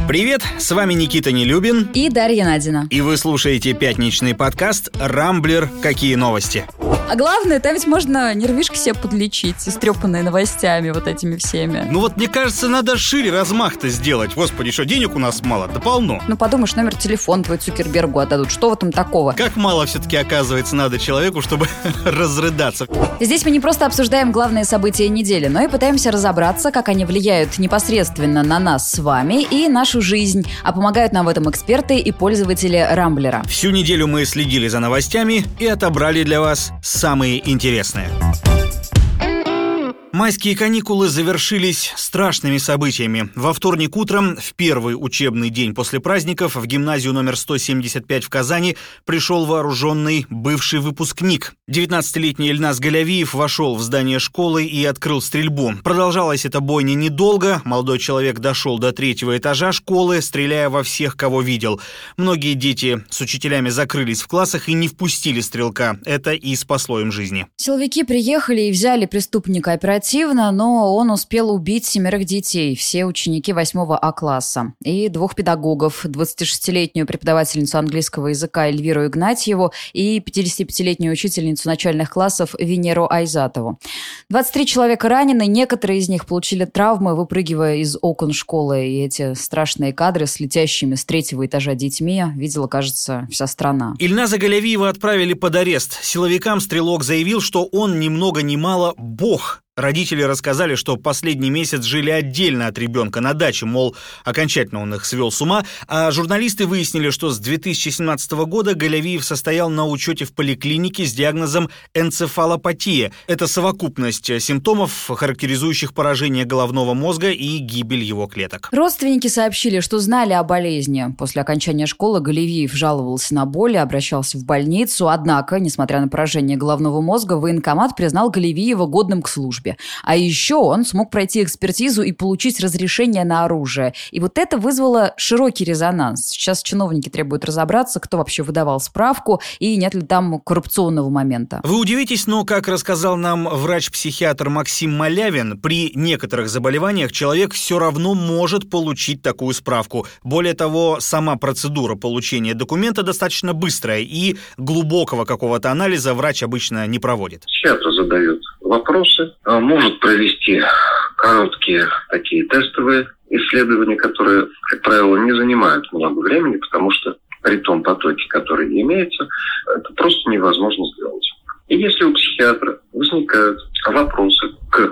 Привет, с вами Никита Нелюбин и Дарья Надина. И вы слушаете пятничный подкаст «Рамблер. Какие новости?». А главное, там ведь можно нервишки себе подлечить, истрепанные новостями вот этими всеми. Ну вот мне кажется, надо шире размах-то сделать. Господи, что, денег у нас мало? Да полно. Ну подумаешь, номер телефона твой Цукербергу отдадут. Что в этом такого? Как мало все-таки оказывается надо человеку, чтобы разрыдаться. Здесь мы не просто обсуждаем главные события недели, но и пытаемся разобраться, как они влияют непосредственно на нас с вами и нашу жизнь. А помогают нам в этом эксперты и пользователи Рамблера. Всю неделю мы следили за новостями и отобрали для вас самые интересные. Майские каникулы завершились страшными событиями. Во вторник утром, в первый учебный день после праздников, в гимназию номер 175 в Казани пришел вооруженный бывший выпускник. 19-летний Ильназ Галявиев вошел в здание школы и открыл стрельбу. Продолжалась эта бойня недолго. Молодой человек дошел до 3-го этажа школы, стреляя во всех, кого видел. Многие дети с учителями закрылись в классах и не впустили стрелка. Это и спасло им жизни. Силовики приехали и взяли преступника оперативно, но он успел убить 7 детей, все ученики 8 А класса, и 2 педагогов, 26-летнюю преподавательницу английского языка Эльвиру Игнатьеву и 55-летнюю учительницу начальных классов Венеру Айзатову. 23 человека ранены, некоторые из них получили травмы, выпрыгивая из окон школы, и эти страшные кадры с летящими с 3-го этажа детьми видела, кажется, вся страна. Ильназа Галявиева отправили под арест. Силовикам стрелок заявил, что он ни много ни мало бог. Родители рассказали, что последний месяц жили отдельно от ребенка на даче, мол, окончательно он их свел с ума, а журналисты выяснили, что с 2017 года Галявиев состоял на учете в поликлинике с диагнозом энцефалопатия. Это совокупность симптомов, характеризующих поражение головного мозга и гибель его клеток. Родственники сообщили, что знали о болезни. После окончания школы Галявиев жаловался на боли, обращался в больницу, однако, несмотря на поражение головного мозга, военкомат признал Галявиева годным к службе. А еще он смог пройти экспертизу и получить разрешение на оружие. И вот это вызвало широкий резонанс. Сейчас чиновники требуют разобраться, кто вообще выдавал справку и нет ли там коррупционного момента. Вы удивитесь, но, как рассказал нам врач-психиатр Максим Малявин, при некоторых заболеваниях человек все равно может получить такую справку. Более того, сама процедура получения документа достаточно быстрая, и глубокого какого-то анализа врач обычно не проводит. Психиатр задает вопросы, может провести короткие такие тестовые исследования, которые, как правило, не занимают много времени, потому что при том потоке, который имеется, это просто невозможно сделать. И если у психиатра возникают вопросы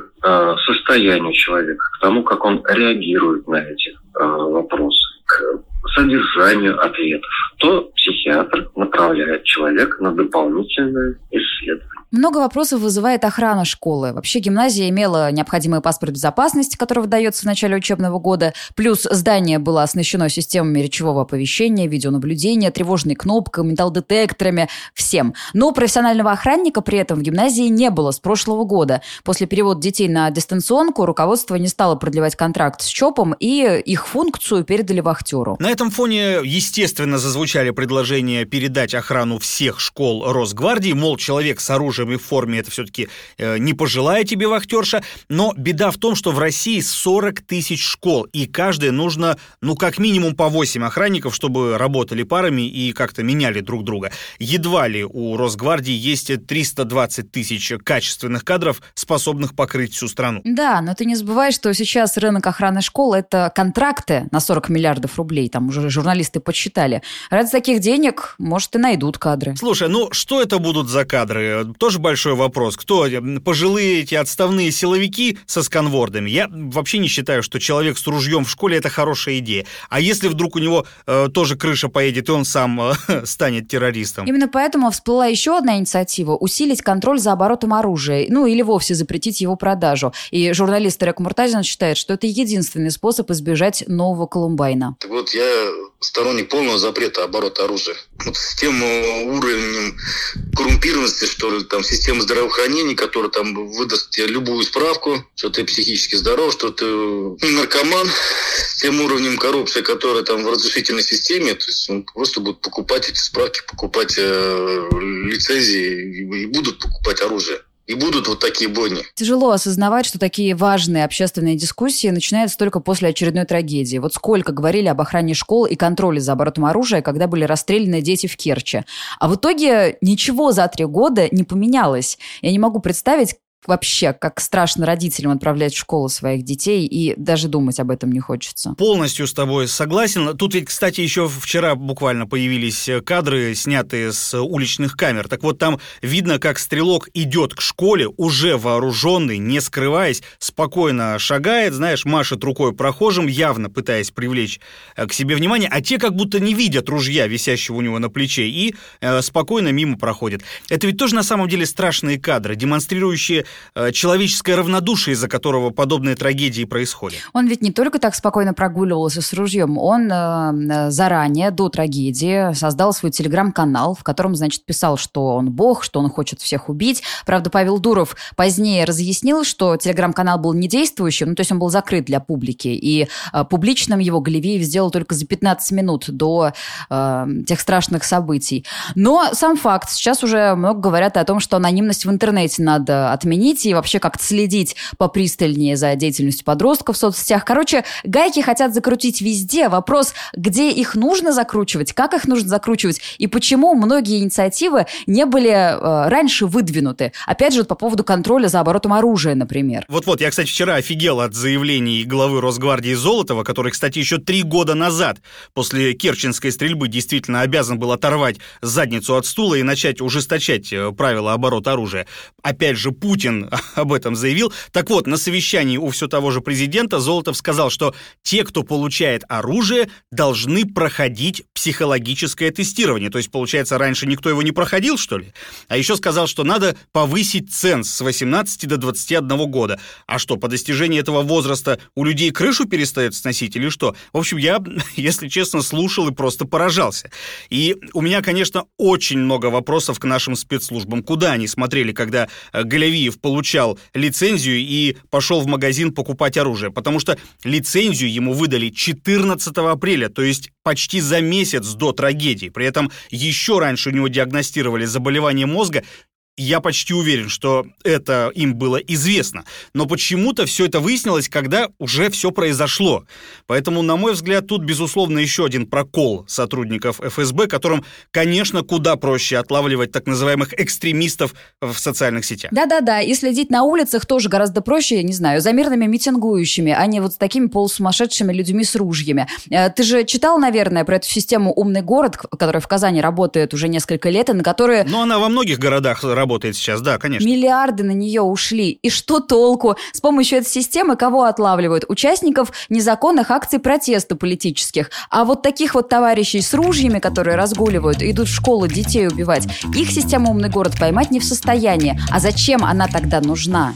к состоянию человека, к тому, как он реагирует на эти вопросы, к содержанию ответов, то психиатр направляет человека на дополнительное исследование. Много вопросов вызывает охрана школы. Вообще гимназия имела необходимый паспорт безопасности, который выдается в начале учебного года, плюс здание было оснащено системами речевого оповещения, видеонаблюдения, тревожной кнопкой, металлодетекторами, всем. Но профессионального охранника при этом в гимназии не было с прошлого года. После перевода детей на дистанционку руководство не стало продлевать контракт с ЧОПом, и их функцию передали вахтеру. На этом фоне, естественно, зазвучали предложения передать охрану всех школ Росгвардии, мол, человек с оружием и в форме это все-таки не пожилая тебе вахтерша, но беда в том, что в России 40 тысяч школ, и каждой нужно, как минимум по 8 охранников, чтобы работали парами и как-то меняли друг друга. Едва ли у Росгвардии есть 320 тысяч качественных кадров, способных покрыть всю страну. Да, но ты не забывай, что сейчас рынок охраны школ – это контракты на 40 миллиардов рублей, там уже журналисты подсчитали. Ради таких денег, может, и найдут кадры. Слушай, что это будут за кадры? Тоже большой вопрос. Кто? Пожилые эти отставные силовики со сканвордами? Я вообще не считаю, что человек с ружьем в школе – это хорошая идея. А если вдруг у него тоже крыша поедет, и он сам станет террористом? Именно поэтому всплыла еще одна инициатива – усилить контроль за оборотом оружия, или вовсе запретить его продажу. И журналист Ирек Муртазин считает, что это единственный способ избежать нового Колумбайна. Так вот, я сторонник полного запрета оборота оружия. С тем уровнем коррумпированности, что ли, там, системы здравоохранения, которая там выдаст тебе любую справку, что ты психически здоров, что ты наркоман, с тем уровнем коррупции, которая там в разрешительной системе, то есть он просто будет покупать эти справки, покупать лицензии и будут покупать оружие. и будут вот такие бойни. Тяжело осознавать, что такие важные общественные дискуссии начинаются только после очередной трагедии. Вот сколько говорили об охране школ и контроле за оборотом оружия, когда были расстреляны дети в Керчи. А в итоге ничего за 3 года не поменялось. Я не могу представить, вообще, как страшно родителям отправлять в школу своих детей, и даже думать об этом не хочется. Полностью с тобой согласен. Тут ведь, кстати, еще вчера буквально появились кадры, снятые с уличных камер. Так вот, там видно, как стрелок идет к школе, уже вооруженный, не скрываясь, спокойно шагает, знаешь, машет рукой прохожим, явно пытаясь привлечь к себе внимание, а те как будто не видят ружья, висящего у него на плече, и спокойно мимо проходят. Это ведь тоже на самом деле страшные кадры, демонстрирующие человеческое равнодушие, из-за которого подобные трагедии происходят. Он ведь не только так спокойно прогуливался с ружьем, он заранее, до трагедии, создал свой телеграм-канал, в котором, значит, писал, что он бог, что он хочет всех убить. Правда, Павел Дуров позднее разъяснил, что телеграм-канал был недействующим, то есть он был закрыт для публики, и публичным его Галевеев сделал только за 15 минут до тех страшных событий. Но сам факт, сейчас уже много говорят о том, что анонимность в интернете надо отменить и вообще как-то следить попристальнее за деятельностью подростков в соцсетях. Короче, гайки хотят закрутить везде. Вопрос, где их нужно закручивать, как их нужно закручивать и почему многие инициативы не были раньше выдвинуты. Опять же, по поводу контроля за оборотом оружия, например. Вот-вот, я, кстати, вчера офигел от заявлений главы Росгвардии Золотова, который, кстати, еще 3 года назад после керченской стрельбы действительно обязан был оторвать задницу от стула и начать ужесточать правила оборота оружия. Опять же, Путин об этом заявил. Так вот, на совещании у все того же президента Золотов сказал, что те, кто получает оружие, должны проходить психологическое тестирование. То есть, получается, раньше никто его не проходил, что ли? А еще сказал, что надо повысить ценз с 18 до 21 года. А что, по достижении этого возраста у людей крышу перестает сносить или что? В общем, я, если честно, слушал и просто поражался. И у меня, конечно, очень много вопросов к нашим спецслужбам. Куда они смотрели, когда Галевиев получал лицензию и пошел в магазин покупать оружие? Потому что лицензию ему выдали 14 апреля, то есть почти за месяц до трагедии. При этом еще раньше у него диагностировали заболевание мозга. Я почти уверен, что это им было известно. Но почему-то все это выяснилось, когда уже все произошло. Поэтому, на мой взгляд, тут, безусловно, еще один прокол сотрудников ФСБ, которым, конечно, куда проще отлавливать так называемых экстремистов в социальных сетях. Да-да-да, и следить на улицах тоже гораздо проще, я не знаю, за мирными митингующими, а не вот с такими полусумасшедшими людьми с ружьями. Ты же читал, наверное, про эту систему «Умный город», которая в Казани работает уже несколько лет, и на которую... Но она во многих городах работает сейчас, да, конечно. Миллиарды на нее ушли. И что толку? С помощью этой системы кого отлавливают? Участников незаконных акций протеста политических. А вот таких вот товарищей с ружьями, которые разгуливают и идут в школу детей убивать, их система «Умный город» поймать не в состоянии. А зачем она тогда нужна?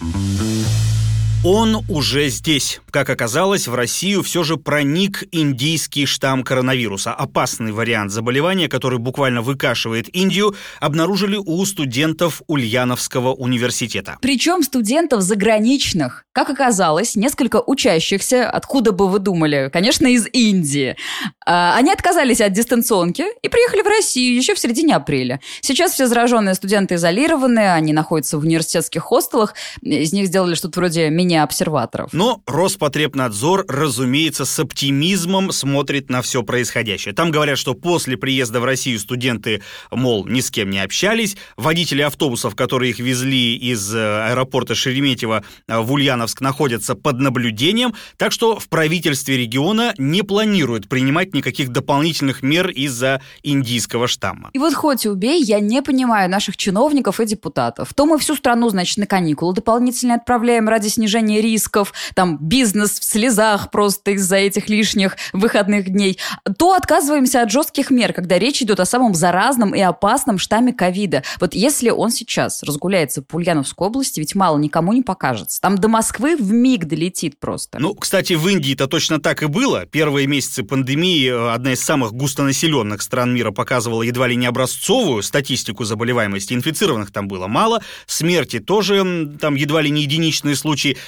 Он уже здесь. Как оказалось, в Россию все же проник индийский штамм коронавируса. Опасный вариант заболевания, который буквально выкашивает Индию, обнаружили у студентов Ульяновского университета. Причем студентов заграничных. Как оказалось, несколько учащихся, откуда бы вы думали, конечно, из Индии. Они отказались от дистанционки и приехали в Россию еще в середине апреля. Сейчас все зараженные студенты изолированы, они находятся в университетских хостелах. Из них сделали что-то вроде мини-обсерваторов. Но Роспотребнадзор, разумеется, с оптимизмом смотрит на все происходящее. Там говорят, что после приезда в Россию студенты, мол, ни с кем не общались. Водители автобусов, которые их везли из аэропорта Шереметьево в Ульяновск, находятся под наблюдением. Так что в правительстве региона не планируют принимать никаких дополнительных мер из-за индийского штамма. И вот хоть убей, я не понимаю наших чиновников и депутатов. То мы всю страну, значит, на каникулы дополнительно отправляем ради снижения рисков, там бизнес в слезах просто из-за этих лишних выходных дней, то отказываемся от жестких мер, когда речь идет о самом заразном и опасном штамме ковида. Вот если он сейчас разгуляется по Ульяновской области, ведь мало никому не покажется. Там до Москвы вмиг долетит просто. Ну, кстати, в Индии-то точно так и было. Первые месяцы пандемии одна из самых густонаселенных стран мира показывала едва ли не образцовую статистику заболеваемости. Инфицированных там было мало, смерти тоже там едва ли не единичные случаи.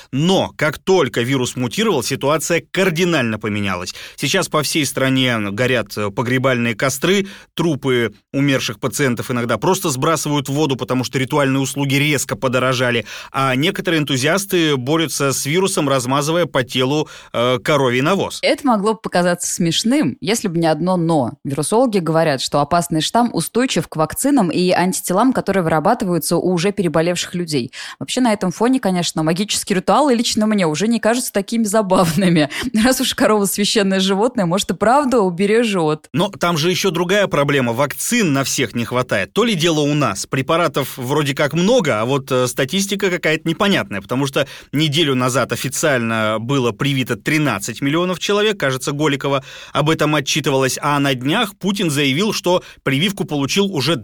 Но как только вирус мутировал, ситуация кардинально поменялась. Сейчас по всей стране горят погребальные костры, трупы умерших пациентов иногда просто сбрасывают в воду, потому что ритуальные услуги резко подорожали, а некоторые энтузиасты борются с вирусом, размазывая по телу коровий навоз. Это могло бы показаться смешным, если бы не одно «но». Вирусологи говорят, что опасный штамм устойчив к вакцинам и антителам, которые вырабатываются у уже переболевших людей. Вообще на этом фоне, конечно, магические ритуалы лично мне уже не кажутся такими забавными. Раз уж корова священное животное, может и правда убережет. Но там же еще другая проблема. Вакцин на всех не хватает. То ли дело у нас. Препаратов вроде как много, а вот статистика какая-то непонятная, потому что неделю назад официально было привито 13 миллионов человек, кажется, Голикова об этом отчитывалась, а на днях Путин заявил, что прививку получил уже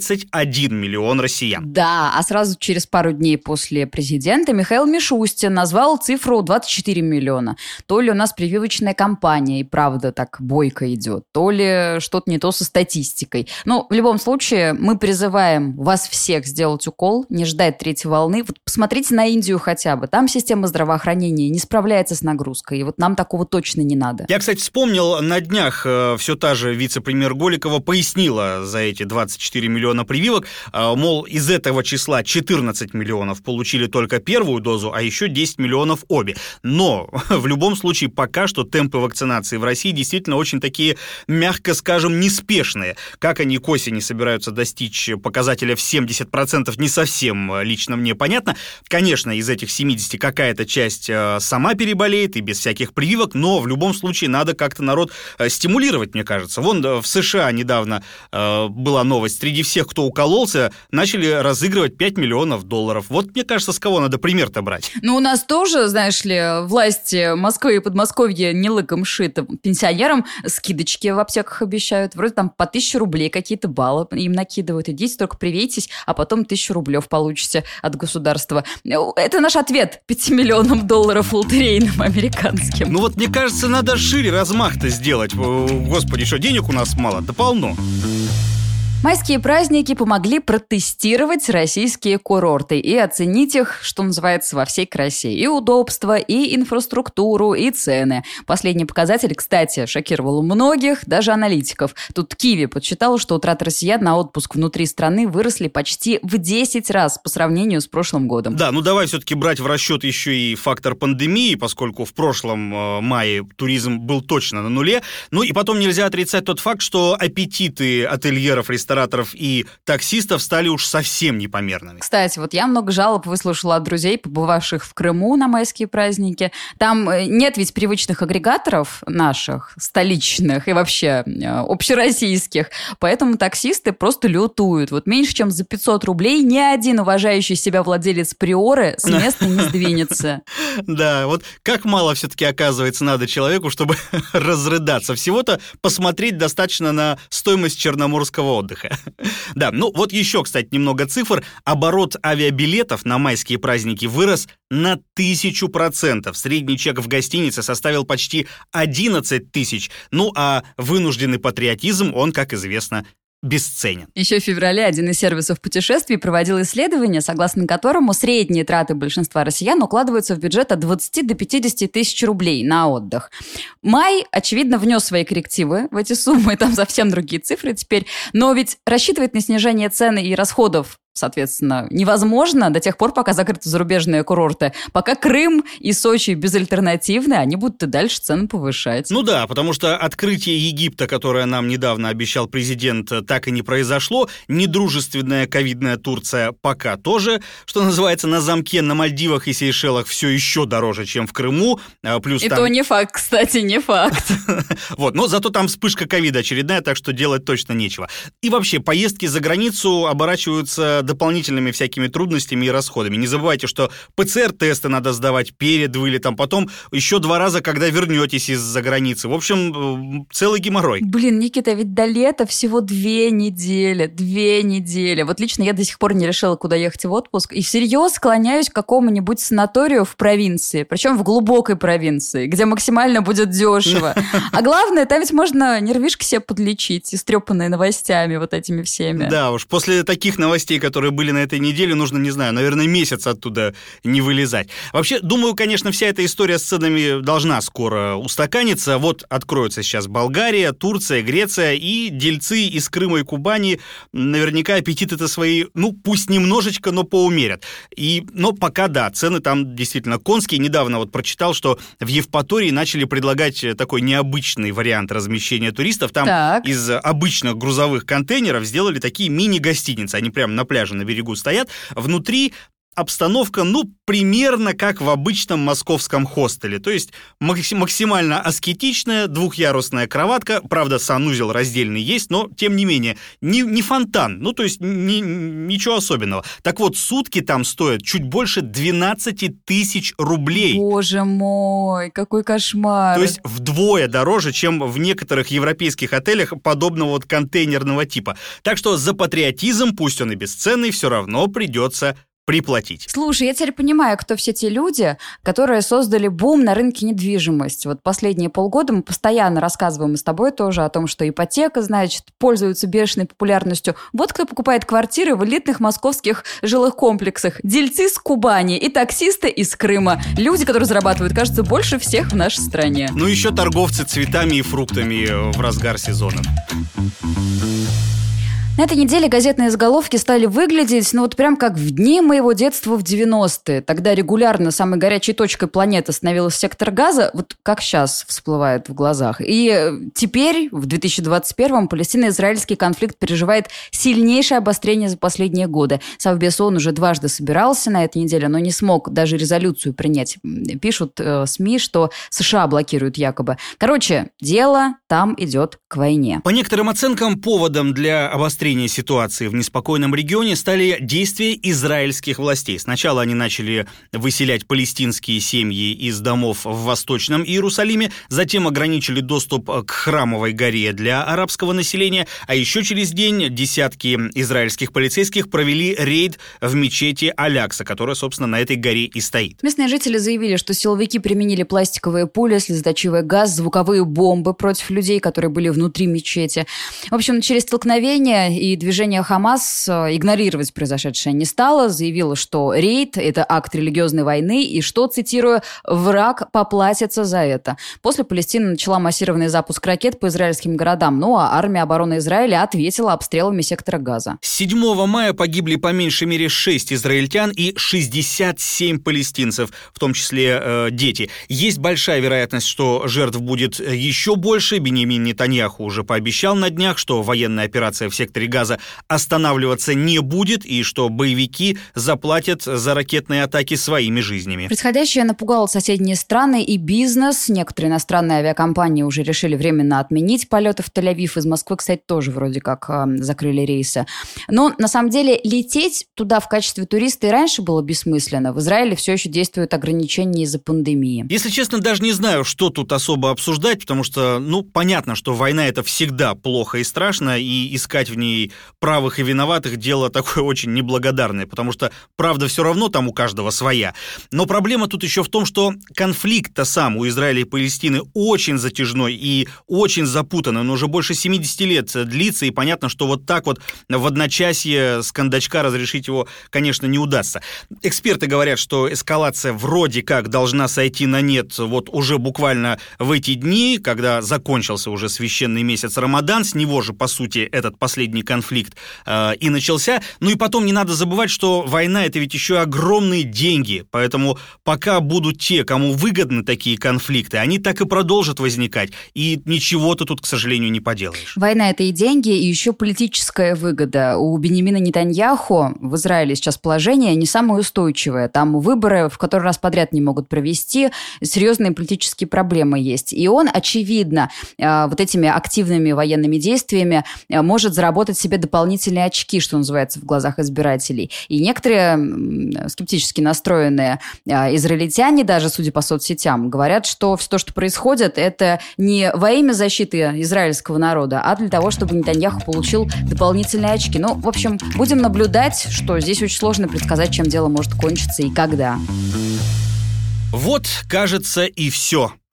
21 миллион россиян. Да, а сразу через пару дней после президента Михаил Мишустин назвал цифру 24 миллиона. То ли у нас прививочная кампания и правда так бойко идет, то ли что-то не то со статистикой. Но в любом случае мы призываем вас всех сделать укол, не ждать третьей волны. Вот посмотрите на Индию хотя бы. Там система здравоохранения не справляется с нагрузкой, и вот нам такого точно не надо. Я, кстати, вспомнил, на днях все та же вице-премьер Голикова пояснила за эти 24 миллиона прививок, мол, из этого числа 14 миллионов получили только первую дозу, а еще 10 миллионов обе. Но в любом случае пока что темпы вакцинации в России действительно очень такие, мягко скажем, неспешные. Как они к осени собираются достичь показателя в 70%, не совсем лично мне понятно. Конечно, из этих 70 какая-то часть сама переболеет и без всяких прививок, но в любом случае надо как-то народ стимулировать, мне кажется. Вон в США недавно была новость. Среди всех, кто укололся, начали разыгрывать $5 миллионов. Вот, мне кажется, с кого надо пример-то брать? Ну, у нас тоже, знаешь ли, власти Москвы и Подмосковья не лыком шито. Пенсионерам скидочки в аптеках обещают. Вроде там по 1000 рублей какие-то баллы им накидывают. Идите, только привейтесь, а потом 1000 рублев получите от государства. Это наш ответ $5 миллионам лотерейным американским. Ну вот, мне кажется, надо шире размах-то сделать. Господи, что, денег у нас мало? Да полно. Майские праздники помогли протестировать российские курорты и оценить их, что называется, во всей красе. И удобство, и инфраструктуру, и цены. Последний показатель, кстати, шокировал многих, даже аналитиков. Тут Киви подсчитал, что утраты россиян на отпуск внутри страны выросли почти в 10 раз по сравнению с прошлым годом. Да, ну давай все-таки брать в расчет еще и фактор пандемии, поскольку в прошлом мае туризм был точно на нуле. Ну и потом нельзя отрицать тот факт, что аппетиты ательеров, рестораторов и таксистов стали уж совсем непомерными. Кстати, вот я много жалоб выслушала от друзей, побывавших в Крыму на майские праздники. Там нет ведь привычных агрегаторов наших, столичных и вообще общероссийских, поэтому таксисты просто лютуют. Вот меньше, чем за 500 рублей ни один уважающий себя владелец Приоры с места не сдвинется. Да, вот как мало все-таки, оказывается, надо человеку, чтобы разрыдаться. Всего-то посмотреть достаточно на стоимость черноморского отдыха. Да, ну вот еще, кстати, немного цифр. Оборот авиабилетов на майские праздники вырос на 1000%. Средний чек в гостинице составил почти 11 тысяч. Ну а вынужденный патриотизм, он, как известно, бесценен. Еще в феврале один из сервисов путешествий проводил исследование, согласно которому средние траты большинства россиян укладываются в бюджет от 20 до 50 тысяч рублей на отдых. Май, очевидно, внес свои коррективы в эти суммы, там совсем другие цифры теперь, но ведь рассчитывать на снижение цен и расходов соответственно, невозможно до тех пор, пока закрыты зарубежные курорты. Пока Крым и Сочи безальтернативны, они будут и дальше цены повышать. Ну да, потому что открытие Египта, которое нам недавно обещал президент, так и не произошло. Недружественная ковидная Турция пока тоже, что называется, на замке. На Мальдивах и Сейшелах все еще дороже, чем в Крыму. Плюс и там... то не факт, кстати, не факт. Вот, но зато там вспышка ковида очередная, так что делать точно нечего. И вообще, поездки за границу оборачиваются дополнительными всякими трудностями и расходами. Не забывайте, что ПЦР-тесты надо сдавать перед вылетом, потом еще 2 раза, когда вернетесь из-за границы. В общем, целый геморрой. Блин, Никита, ведь до лета всего 2 недели. 2 недели. Вот лично я до сих пор не решила, куда ехать в отпуск. И всерьез склоняюсь к какому-нибудь санаторию в провинции. Причем в глубокой провинции, где максимально будет дешево. А главное, там ведь можно нервишки себе подлечить, истрепанные новостями вот этими всеми. Да уж, после таких новостей, которые которые были на этой неделе, нужно, не знаю, наверное, месяц оттуда не вылезать. Вообще, думаю, конечно, вся эта история с ценами должна скоро устаканиться. Вот откроются сейчас Болгария, Турция, Греция, и дельцы из Крыма и Кубани наверняка аппетиты-то свои, пусть немножечко, но поумерят. Но пока, да, цены там действительно конские. Недавно вот прочитал, что в Евпатории начали предлагать такой необычный вариант размещения туристов. Там из обычных грузовых контейнеров сделали такие мини-гостиницы. Они прямо на пляже на берегу стоят. Внутри обстановка, примерно как в обычном московском хостеле. То есть максимально аскетичная, двухъярусная кроватка. Правда, санузел раздельный есть, но, тем не менее, не фонтан. То есть ничего особенного. Так вот, сутки там стоят чуть больше 12 тысяч рублей. Боже мой, какой кошмар. То есть вдвое дороже, чем в некоторых европейских отелях подобного вот контейнерного типа. Так что за патриотизм, пусть он и бесценный, все равно придется приплатить. Слушай, я теперь понимаю, кто все те люди, которые создали бум на рынке недвижимости. Вот последние полгода мы постоянно рассказываем с тобой тоже о том, что ипотека, пользуется бешеной популярностью. Вот кто покупает квартиры в элитных московских жилых комплексах. Дельцы с Кубани и таксисты из Крыма. Люди, которые зарабатывают, кажется, больше всех в нашей стране. Еще торговцы цветами и фруктами в разгар сезона. На этой неделе газетные заголовки стали выглядеть, прям как в дни моего детства в 90-е. Тогда регулярно самой горячей точкой планеты становился сектор Газа, вот как сейчас всплывает в глазах. И теперь, в 2021-м, палестино-израильский конфликт переживает сильнейшее обострение за последние годы. Совбез ООН уже дважды собирался на этой неделе, но не смог даже резолюцию принять. Пишут СМИ, что США блокируют якобы. Короче, дело там идет к войне. По некоторым оценкам, поводом для обострения ситуации в неспокойном регионе стали действия израильских властей. Сначала они начали выселять палестинские семьи из домов в Восточном Иерусалиме, затем ограничили доступ к Храмовой горе для арабского населения, а еще через день десятки израильских полицейских провели рейд в мечети Алякса, которая, собственно, на этой горе и стоит. Местные жители заявили, что силовики применили пластиковые пули, слезоточивый газ, звуковые бомбы против людей, которые были внутри мечети. В общем, через столкновение и движение Хамас игнорировать произошедшее не стало, заявило, что рейд – это акт религиозной войны и что, цитирую, «враг поплатится за это». После Палестина начала массированный запуск ракет по израильским городам, а армия обороны Израиля ответила обстрелами сектора Газа. С 7 мая погибли по меньшей мере 6 израильтян и 67 палестинцев, в том числе дети. Есть большая вероятность, что жертв будет еще больше. Беньямин Нетаньяху уже пообещал на днях, что военная операция в секторе Газа останавливаться не будет и что боевики заплатят за ракетные атаки своими жизнями. Происходящее напугало соседние страны и бизнес. Некоторые иностранные авиакомпании уже решили временно отменить полеты в Тель-Авив. Из Москвы, кстати, тоже вроде как закрыли рейсы. Но на самом деле лететь туда в качестве туриста и раньше было бессмысленно. В Израиле все еще действуют ограничения из-за пандемии. Если честно, даже не знаю, что тут особо обсуждать, потому что, понятно, что война – это всегда плохо и страшно, и искать в ней правых и виноватых дело такое очень неблагодарное, потому что правда все равно там у каждого своя. Но проблема тут еще в том, что конфликт-то сам у Израиля и Палестины очень затяжной и очень запутанный. Он уже больше 70 лет длится, и понятно, что вот так вот в одночасье с кондачка разрешить его, конечно, не удастся. Эксперты говорят, что эскалация вроде как должна сойти на нет вот уже буквально в эти дни, когда закончился уже священный месяц Рамадан, с него же, по сути, этот последний конфликт и начался. И потом не надо забывать, что война – это ведь еще огромные деньги, поэтому пока будут те, кому выгодны такие конфликты, они так и продолжат возникать, и ничего ты тут, к сожалению, не поделаешь. Война – это и деньги, и еще политическая выгода. У Беньямина Нетаньяху в Израиле сейчас положение не самое устойчивое. Там выборы в который раз подряд не могут провести, серьезные политические проблемы есть. И он, очевидно, вот этими активными военными действиями может заработать себе дополнительные очки, что называется, в глазах избирателей. И некоторые скептически настроенные израильтяне, даже судя по соцсетям, говорят, что все то, что происходит, это не во имя защиты израильского народа, а для того, чтобы Нетаньяху получил дополнительные очки. В общем, будем наблюдать, что здесь очень сложно предсказать, чем дело может кончиться и когда. Вот, кажется, и все.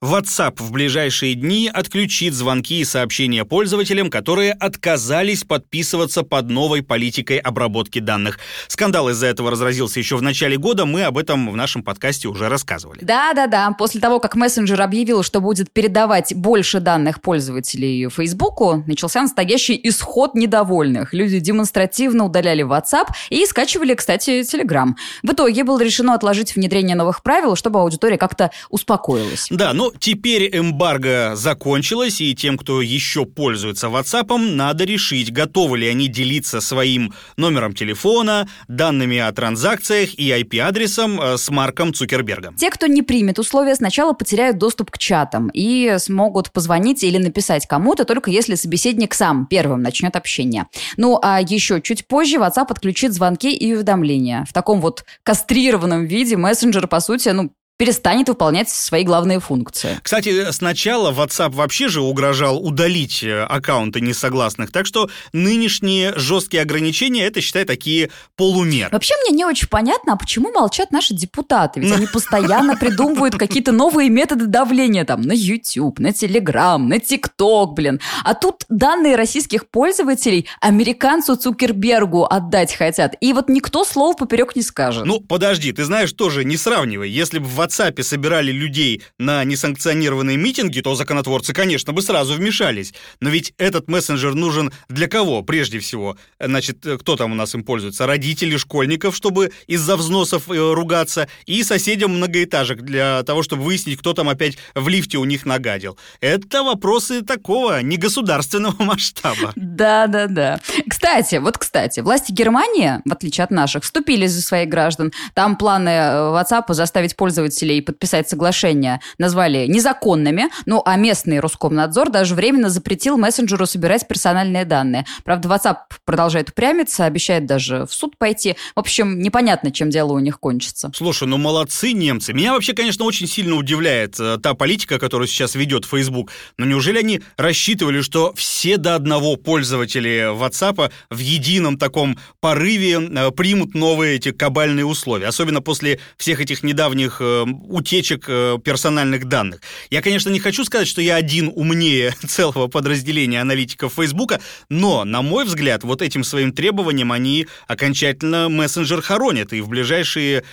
WhatsApp в ближайшие дни отключит звонки и сообщения пользователям, которые отказались подписываться под новой политикой обработки данных. Скандал из-за этого разразился еще в начале года, мы об этом в нашем подкасте уже рассказывали. Да. После того, как мессенджер объявил, что будет передавать больше данных пользователей Фейсбуку, начался настоящий исход недовольных. Люди демонстративно удаляли WhatsApp и скачивали, кстати, Telegram. В итоге было решено отложить внедрение новых правил, чтобы аудитория как-то успокоилась. Да, теперь эмбарго закончилось, и тем, кто еще пользуется WhatsApp, надо решить, готовы ли они делиться своим номером телефона, данными о транзакциях и IP-адресом с Марком Цукербергом. Те, кто не примет условия, сначала потеряют доступ к чатам и смогут позвонить или написать кому-то, только если собеседник сам первым начнет общение. А еще чуть позже WhatsApp отключит звонки и уведомления. В таком вот кастрированном виде мессенджер, по сути, перестанет выполнять свои главные функции. Кстати, сначала WhatsApp вообще же угрожал удалить аккаунты несогласных, так что нынешние жесткие ограничения, это, считай, такие полумеры. Вообще мне не очень понятно, а почему молчат наши депутаты? Ведь они постоянно придумывают какие-то новые методы давления на YouTube, на Telegram, на TikTok, А тут данные российских пользователей американцу Цукербергу отдать хотят. И никто слова поперек не скажет. Подожди, ты знаешь, тоже не сравнивай. Если бы в WhatsApp собирали людей на несанкционированные митинги, то законотворцы, конечно, бы сразу вмешались. Но ведь этот мессенджер нужен для кого, прежде всего? Значит, кто там у нас им пользуется? Родители школьников, чтобы из-за взносов ругаться, и соседям многоэтажек для того, чтобы выяснить, кто там опять в лифте у них нагадил. Это вопросы такого негосударственного масштаба. Да. Кстати, власти Германии, в отличие от наших, вступились за своих граждан. Там планы WhatsApp заставить пользователей подписать соглашения назвали незаконными, а местный Роскомнадзор даже временно запретил мессенджеру собирать персональные данные. Правда, WhatsApp продолжает упрямиться, обещает даже в суд пойти. В общем, непонятно, чем дело у них кончится. Слушай, молодцы немцы. Меня вообще, конечно, очень сильно удивляет та политика, которую сейчас ведет Facebook. Но неужели они рассчитывали, что все до одного пользователи WhatsApp в едином таком порыве примут новые эти кабальные условия, особенно после всех этих недавних утечек персональных данных. Я, конечно, не хочу сказать, что я один умнее целого подразделения аналитиков Фейсбука, но, на мой взгляд, этим своим требованием они окончательно мессенджер хоронят, и в ближайшие,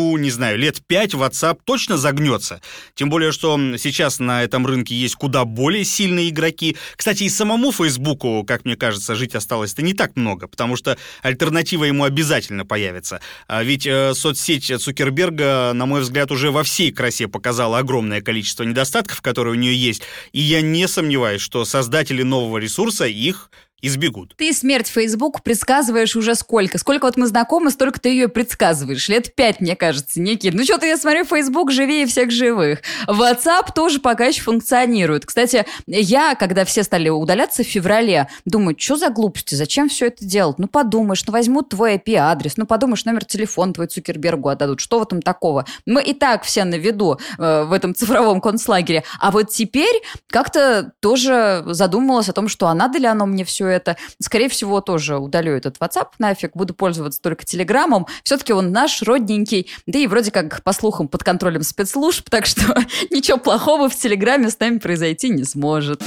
лет 5 WhatsApp точно загнется. Тем более, что сейчас на этом рынке есть куда более сильные игроки. Кстати, и самому Фейсбуку, как мне кажется, жить осталось-то не так много, потому что альтернатива ему обязательно появится. Ведь соцсеть Цукерберга, на мой взгляд, уже во всей красе показала огромное количество недостатков, которые у нее есть, и я не сомневаюсь, что создатели нового ресурса их избегут. Ты смерть Facebook предсказываешь уже сколько? Сколько мы знакомы, столько ты ее предсказываешь. 5 лет, мне кажется, Никит. Что-то я смотрю, Facebook живее всех живых. WhatsApp тоже пока еще функционирует. Кстати, я, когда все стали удаляться в феврале, думаю, что за глупости, зачем все это делать? Подумаешь, возьмут твой IP-адрес, подумаешь, номер телефона твой Цукербергу отдадут. Что в этом такого? Мы и так все на виду в этом цифровом концлагере. А теперь как-то тоже задумалась о том, что а надо ли оно мне все это. Скорее всего, тоже удалю этот WhatsApp нафиг, буду пользоваться только Телеграмом. Все-таки он наш, родненький, да и вроде как, по слухам, под контролем спецслужб, так что ничего плохого в Телеграме с нами произойти не сможет.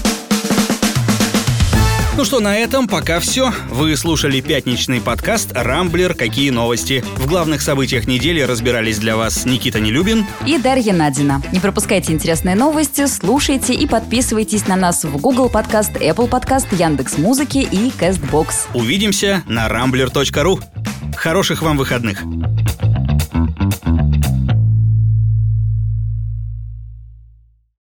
На этом пока все. Вы слушали пятничный подкаст «Рамблер. Какие новости?». В главных событиях недели разбирались для вас Никита Нелюбин и Дарья Надина. Не пропускайте интересные новости, слушайте и подписывайтесь на нас в Google Подкаст, Apple Подкаст, Яндекс.Музыки и Castbox. Увидимся на rambler.ru. Хороших вам выходных.